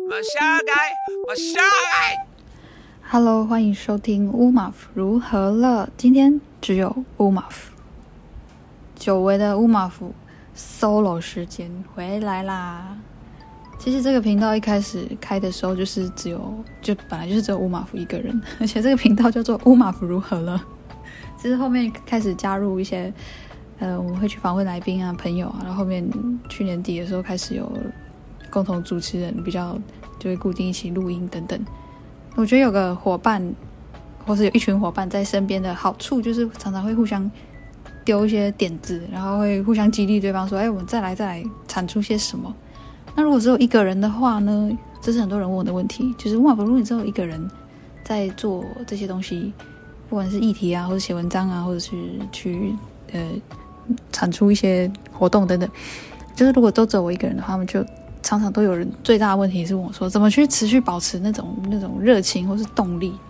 我想改，我想改。 Hello， 欢迎收听乌马夫如何了。今天只有乌马夫，久违的乌马夫 solo 时间回来啦。其实这个频道一开始开的时候就本来就是只有乌马夫一个人，而且这个频道叫做乌马夫如何了。只是后面开始加入一些我们会去访问来宾啊、朋友啊，然后后面去年底的时候开始有共同主持人，比较就会固定一起录音等等。我觉得有个伙伴或是有一群伙伴在身边的好处就是常常会互相丢一些点子，然后会互相激励对方说我们再来产出些什么。那如果只有一个人的话呢，这是很多人问我的问题，就是如果你只有一个人在做这些东西，不管是议题啊，或者写文章啊，或者是去产出一些活动等等，就是如果都只有我一个人的话，他们就常常都有人最大的问题是问我说怎么去持续保持那种热情或是动力。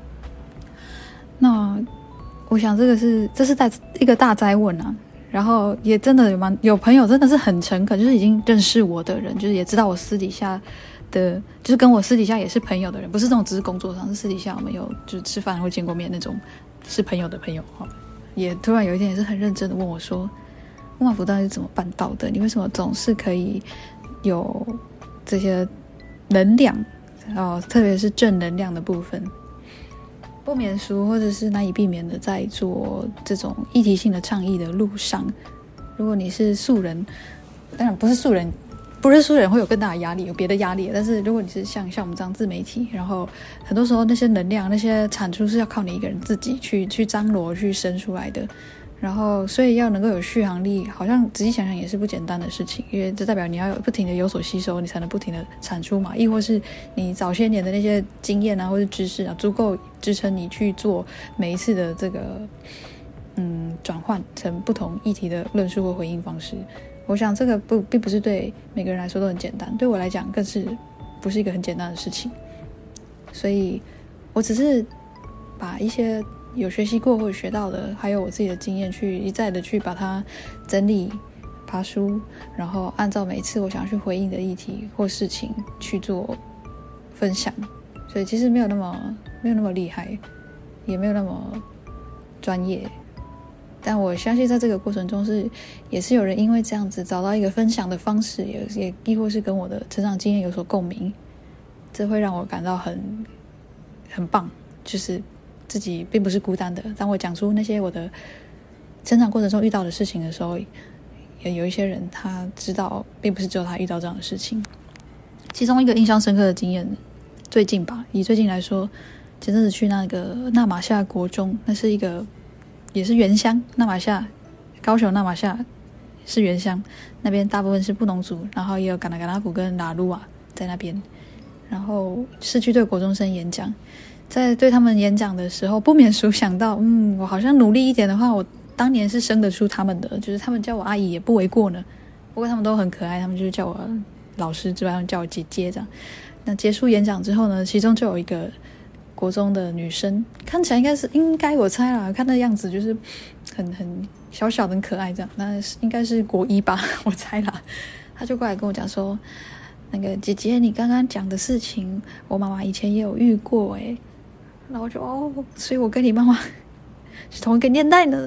那我想这是一个大哉问啊。然后也真的有朋友真的是很诚恳，就是已经认识我的人，就是也知道我私底下的，就是跟我私底下也是朋友的人，不是这种只是工作上，是私底下我们有就是吃饭会见过面那种是朋友的朋友，也突然有一天也是很认真的问我说乌马夫到底是怎么办到的，你为什么总是可以有这些能量特别是正能量的部分。不免俗或者是难以避免的在做这种议题性的倡议的路上，如果你是素人，当然不是素人会有更大的压力，有别的压力，但是如果你是像我们这样自媒体，然后很多时候那些能量那些产出是要靠你一个人自己去张罗去生出来的，然后所以要能够有续航力，好像仔细想想也是不简单的事情，因为这代表你要不停的有所吸收，你才能不停的产出嘛，亦或是你早些年的那些经验啊或是知识啊足够支撑你去做每一次的这个转换成不同议题的论述或回应方式。我想这个并不是对每个人来说都很简单，对我来讲更是不是一个很简单的事情，所以我只是把一些有学习过或者学到的，还有我自己的经验去一再的去把它整理爬书，然后按照每次我想要去回应的议题或事情去做分享。所以其实没有那么厉害，也没有那么专业，但我相信在这个过程中也是有人因为这样子找到一个分享的方式，也亦或是跟我的成长经验有所共鸣，这会让我感到很棒，就是自己并不是孤单的。当我讲出那些我的成长过程中遇到的事情的时候，也有一些人他知道并不是只有他遇到这样的事情。其中一个印象深刻的经验，最近以最近来说，前阵子去那个纳马夏国中，那是一个也是原乡，高雄纳马夏是原乡，那边大部分是布农族，然后也有嘎纳嘎纳普跟拉鲁瓦在那边，然后是去对国中生演讲。在对他们演讲的时候，不免俗想到我好像努力一点的话，我当年是生得出他们的，就是他们叫我阿姨也不为过呢。不过他们都很可爱，他们就是叫我老师之外，他们叫我姐姐这样。那结束演讲之后呢，其中就有一个国中的女生，看起来应该我猜啦，看那样子就是很小小的很可爱这样，那应该是国一吧，我猜啦。她就过来跟我讲说，那个姐姐你刚刚讲的事情，我妈妈以前也有遇过然后我就所以我跟你妈妈是同一个年代呢。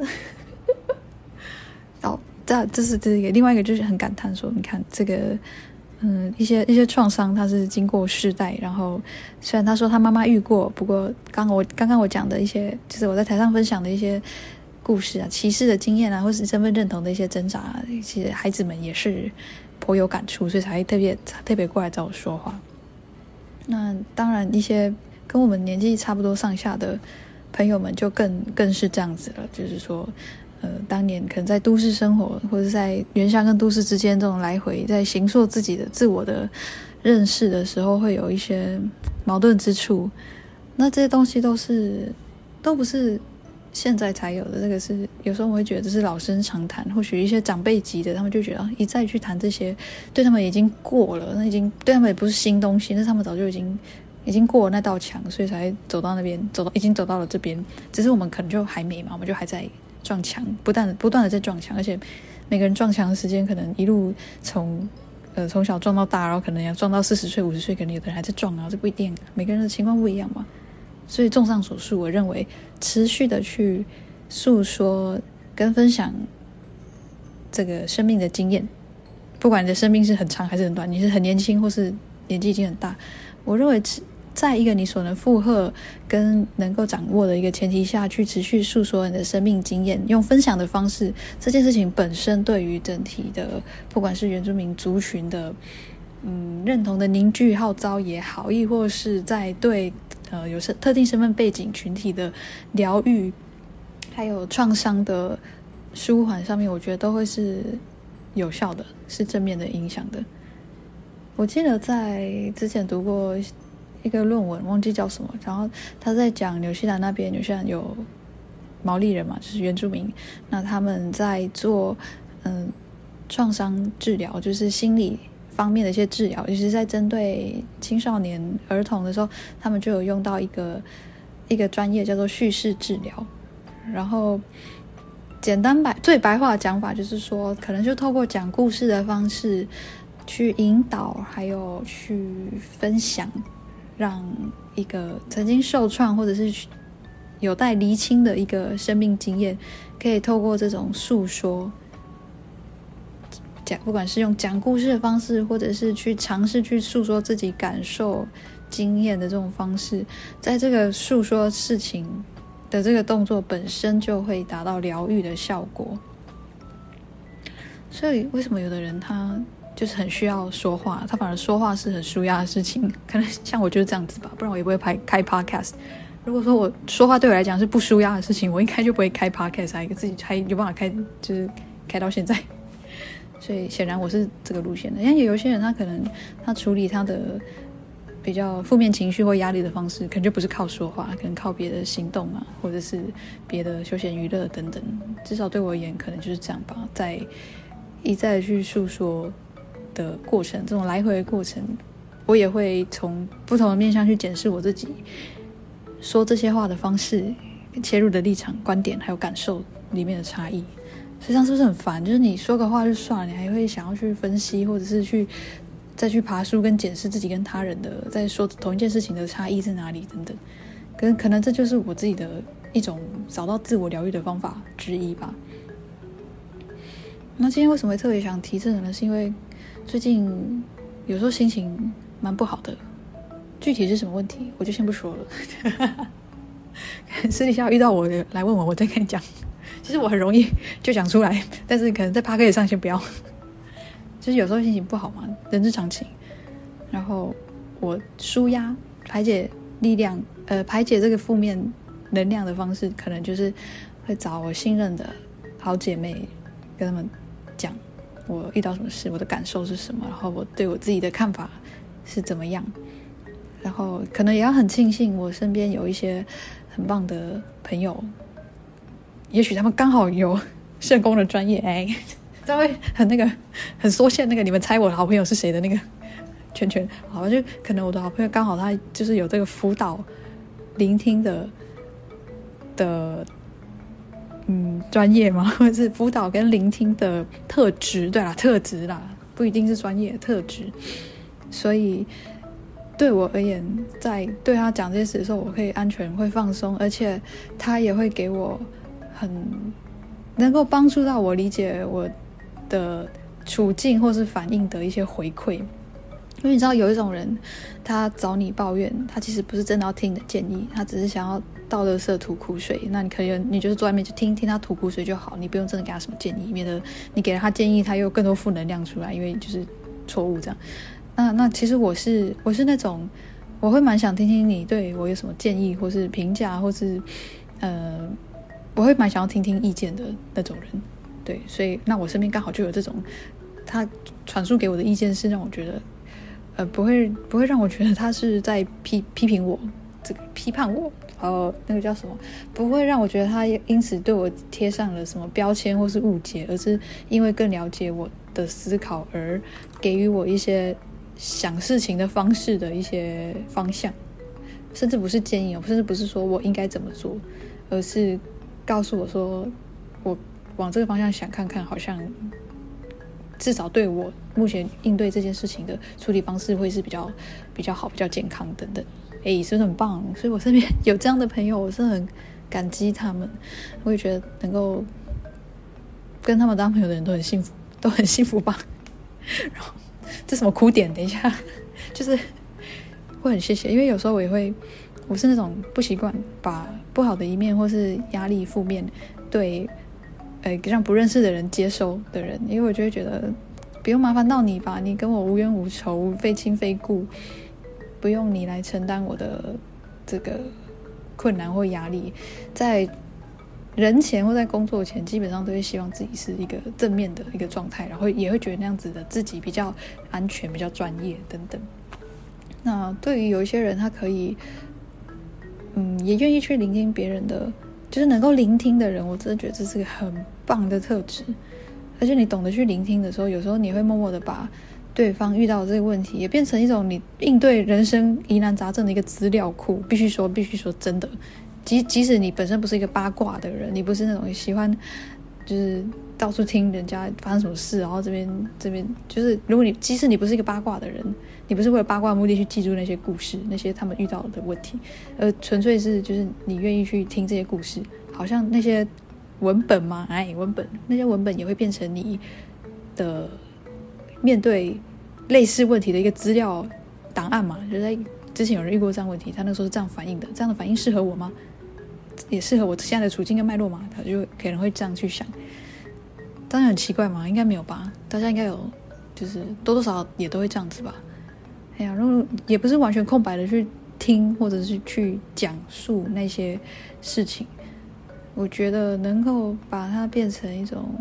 然后这是一个另外一个就是很感叹说，你看这个一些创伤它是经过世代，然后虽然他说他妈妈遇过，不过刚刚我讲的一些就是我在台上分享的一些故事啊，歧视的经验啊，或是身份认同的一些挣扎，其实孩子们也是颇有感触，所以才特别过来找我说话。那当然一些跟我们年纪差不多上下的朋友们就更是这样子了，就是说当年可能在都市生活，或者在原乡跟都市之间这种来回，在形塑自己的自我的认识的时候，会有一些矛盾之处。那这些东西都不是现在才有的，这个是有时候我会觉得这是老生常谈。或许一些长辈级的，他们就觉得一再去谈这些，对他们已经过了，那对他们也不是新东西，那他们早就已经过了那道墙，所以才走到那边，已经走到了这边。只是我们可能就还没嘛，我们就还在撞墙，不断的在撞墙，而且每个人撞墙的时间可能一路从从小撞到大，然后可能要撞到40岁50岁，可能有的人还在撞啊，这不一定，每个人的情况不一样嘛。所以综上所述，我认为持续的去诉说跟分享这个生命的经验，不管你的生命是很长还是很短，你是很年轻或是年纪已经很大，我认为在一个你所能负荷跟能够掌握的一个前提下去持续诉说你的生命经验，用分享的方式，这件事情本身对于整体的不管是原住民族群的认同的凝聚号召也好，亦或是在对有特定身份背景群体的疗愈还有创伤的舒缓上面，我觉得都会是有效的，是正面的影响的。我记得在之前读过一个论文，忘记叫什么，然后他在讲纽西兰那边，纽西兰有毛利人嘛，就是原住民，那他们在做创伤治疗，就是心理方面的一些治疗，尤其是在针对青少年儿童的时候，他们就有用到一个专业叫做叙事治疗。然后简单最白话的讲法就是说，可能就透过讲故事的方式去引导还有去分享，让一个曾经受创或者是有待厘清的一个生命经验，可以透过这种诉说，不管是用讲故事的方式，或者是去尝试去诉说自己感受经验的这种方式，在这个诉说事情的这个动作本身就会达到疗愈的效果。所以为什么有的人他就是很需要说话，他反而说话是很抒压的事情，可能像我就是这样子吧，不然我也不会开 podcast。如果说我说话对我来讲是不抒压的事情，我应该就不会开 podcast， 还有办法开，就是开到现在。所以显然我是这个路线的。因为有些人他可能他处理他的比较负面情绪或压力的方式，可能就不是靠说话，可能靠别的行动啊，或者是别的休闲娱乐等等。至少对我而言可能就是这样吧，在一再的去诉说的过程，这种来回的过程，我也会从不同的面向去检视我自己说这些话的方式、切入的立场、观点还有感受里面的差异。实际上是不是很烦？就是你说个话就算了，你还会想要去分析，或者是再去爬书跟检视自己跟他人的在说同一件事情的差异在哪里等等。可能这就是我自己的一种找到自我疗愈的方法之一吧。那今天为什么会特别想提这个呢？是因为最近有时候心情蛮不好的，具体是什么问题我就先不说了。私底下遇到我来问我再跟你讲。其实我很容易就讲出来，但是可能在 podcast 上先不要。就是有时候心情不好嘛，人之常情。然后我抒压排解力量排解这个负面能量的方式，可能就是会找我信任的好姐妹，跟他们讲我遇到什么事，我的感受是什么，然后我对我自己的看法是怎么样。然后可能也要很庆幸我身边有一些很棒的朋友，也许他们刚好有社工的专业，这会很缩限那个你们猜我的好朋友是谁的那个圈圈。好，就可能我的好朋友刚好他就是有这个辅导聆听的专业嘛，或者是辅导跟聆听的特质。对啦，特质啦，不一定是专业特质。所以对我而言，在对他讲这些事的时候，我可以安全会放松，而且他也会给我很能够帮助到我理解我的处境或是反应的一些回馈。因为你知道有一种人，他找你抱怨，他其实不是真的要听你的建议，他只是想要倒垃圾吐苦水。那你就是坐外面就听他吐苦水就好，你不用真的给他什么建议，免得你给了他建议他又有更多负能量出来，因为就是错误这样。那其实我是那种我会蛮想听听你对我有什么建议或是评价，或是我会蛮想要听听意见的那种人。对，所以那我身边刚好就有这种，他传输给我的意见是让我觉得不会让我觉得他是在批评我，这个批判我，那个叫什么，不会让我觉得他因此对我贴上了什么标签或是误解，而是因为更了解我的思考而给予我一些想事情的方式的一些方向，甚至不是建议，甚至不是说我应该怎么做，而是告诉我说我往这个方向想看看，好像至少对我目前应对这件事情的处理方式会是比较好、比较健康等等。是不是很棒？所以我身边有这样的朋友，我是很感激他们。我也觉得能够跟他们当朋友的人都很幸福，都很幸福吧。然后这什么哭点？等一下，就是会很谢谢，因为有时候我是那种不习惯把不好的一面或是压力、负面对让不认识的人接收的人，因为我就会觉得不用麻烦到你吧，你跟我无冤无仇，非亲非故，不用你来承担我的这个困难或压力。在人前或在工作前，基本上都会希望自己是一个正面的一个状态，然后也会觉得那样子的自己比较安全、比较专业等等。那对于有一些人，他可以也愿意去聆听别人的，就是能够聆听的人，我真的觉得这是个很棒的特质。而且你懂得去聆听的时候，有时候你会默默的把对方遇到的这个问题也变成一种你应对人生疑难杂症的一个资料库。必须说真的，即使你本身不是一个八卦的人，你不是那种喜欢就是到处听人家发生什么事，然后这边就是即使你不是一个八卦的人，你不是为了八卦目的去记住那些故事，那些他们遇到的问题，而纯粹是就是你愿意去听这些故事，好像那些文本嘛，那些文本也会变成你的面对类似问题的一个资料档案嘛。就是在之前有人遇过这样问题，他那时候是这样反应的，这样的反应适合我吗？也适合我现在的处境跟脉络嘛？他就可能会这样去想。当然很奇怪嘛，应该没有吧？大家应该有，就是多多少少也都会这样子吧。如果也不是完全空白的去听或者是去讲述那些事情，我觉得能够把它变成一种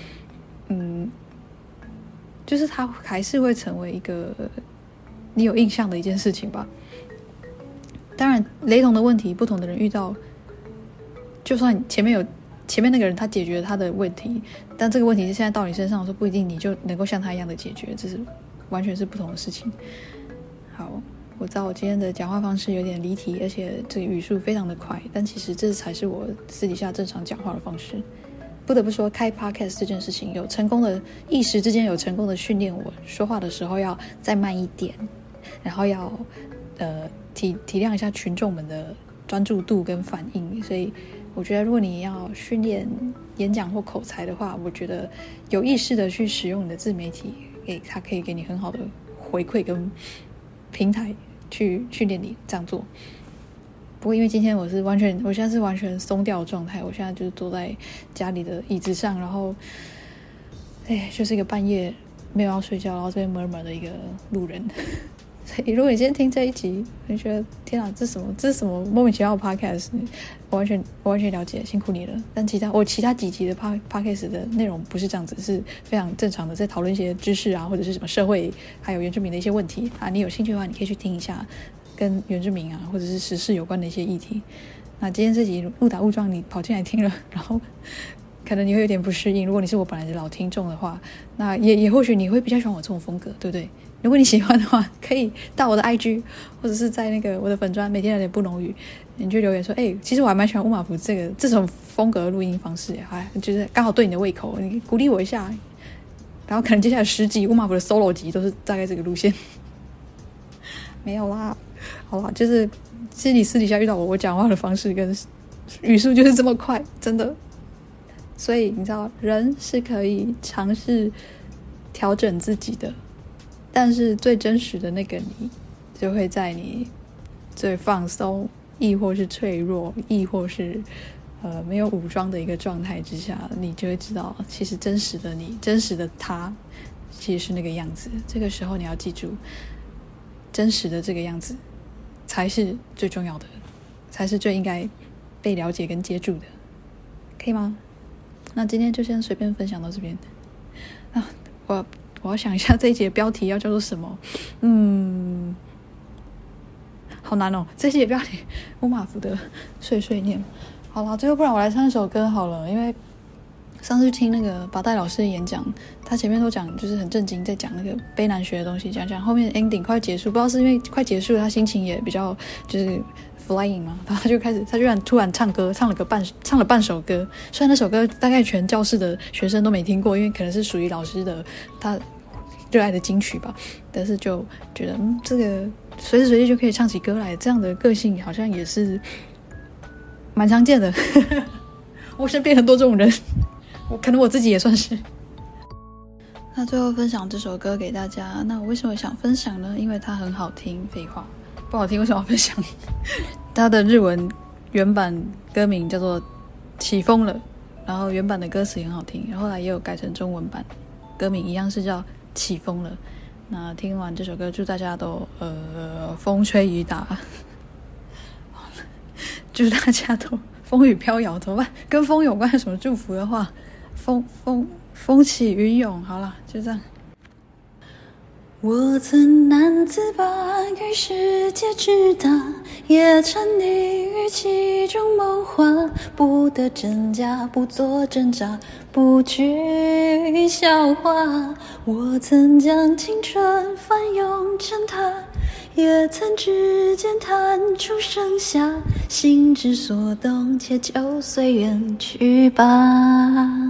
就是它还是会成为一个你有印象的一件事情吧。当然雷同的问题不同的人遇到，就算前面那个人他解决了他的问题，但这个问题是现在到你身上的时候，不一定你就能够像他一样的解决，这是完全是不同的事情。好，我知道我今天的讲话方式有点离题，而且这个语速非常的快，但其实这才是我私底下正常讲话的方式。不得不说，开 podcast 这件事情一时之间有成功的训练我说话的时候要再慢一点，然后要体谅一下群众们的专注度跟反应。所以我觉得如果你要训练演讲或口才的话，我觉得有意识的去使用你的自媒体，它可以给你很好的回馈跟平台去训练你这样做。不过因为今天我现在是完全松掉的状态，我现在就是坐在家里的椅子上，然后就是一个半夜没有要睡觉，然后这边 murmur 的一个路人。所以如果你今天听这一集，你觉得天啊，这是什么莫名其妙的 podcast， 我完全了解，辛苦你了。但其他几集的 podcast 的内容不是这样子，是非常正常的，在讨论一些知识啊，或者是什么社会还有原住民的一些问题啊。你有兴趣的话，你可以去听一下跟原住民啊或者是时事有关的一些议题。那今天这集误打误撞你跑进来听了，然后可能你会有点不适应。如果你是我本来的老听众的话，那也或许你会比较喜欢我这种风格，对不对？如果你喜欢的话，可以到我的 IG 或者是在那个我的粉专每天有点不浓语，你就留言说其实我还蛮喜欢乌马福这种风格的录音方式，就是刚好对你的胃口，你鼓励我一下。然后可能接下来10集乌马福的 solo 集都是大概这个路线。没有啦，好啦，就是其实你私底下遇到我讲话的方式跟语速就是这么快，真的。所以你知道人是可以尝试调整自己的，但是最真实的那个你就会在你最放松亦或是脆弱亦或是没有武装的一个状态之下，你就会知道其实真实的你，真实的他其实是那个样子。这个时候你要记住，真实的这个样子才是最重要的，才是最应该被了解跟接住的，可以吗？那今天就先随便分享到这边。我要想一下这一节标题要叫做什么。好难哦，这一节标题乌马福的碎碎念。好啦，最后不然我来唱一首歌好了，因为上次听那个巴代老师的演讲，他前面都讲就是很震惊，在讲那个卑南学的东西，讲后面 ending 快结束，不知道是因为快结束了，他心情也比较就是 flying 嘛，然后他居然突然唱歌，唱了半首歌，虽然那首歌大概全教室的学生都没听过，因为可能是属于老师的他热爱的金曲吧，但是就觉得这个随时随地就可以唱起歌来，这样的个性好像也是蛮常见的。我身边很多这种人，可能我自己也算是。那最后分享这首歌给大家，那我为什么想分享呢？因为它很好听，废话，不好听为什么要分享？它的日文原版歌名叫做起风了，然后原版的歌词也很好听，然后后来也有改成中文版，歌名一样是叫起风了。那听完这首歌，祝大家都风吹雨打，祝大家都风雨飘摇，怎么办？跟风有关的什么祝福的话，风起云涌，好了，就这样。我曾难自拔，与世界之大，也沉溺于其中梦幻，不得真假，不做挣扎，不去笑话。我曾将青春翻涌成塔，也曾指尖弹出盛夏，心之所动，且就随缘去吧。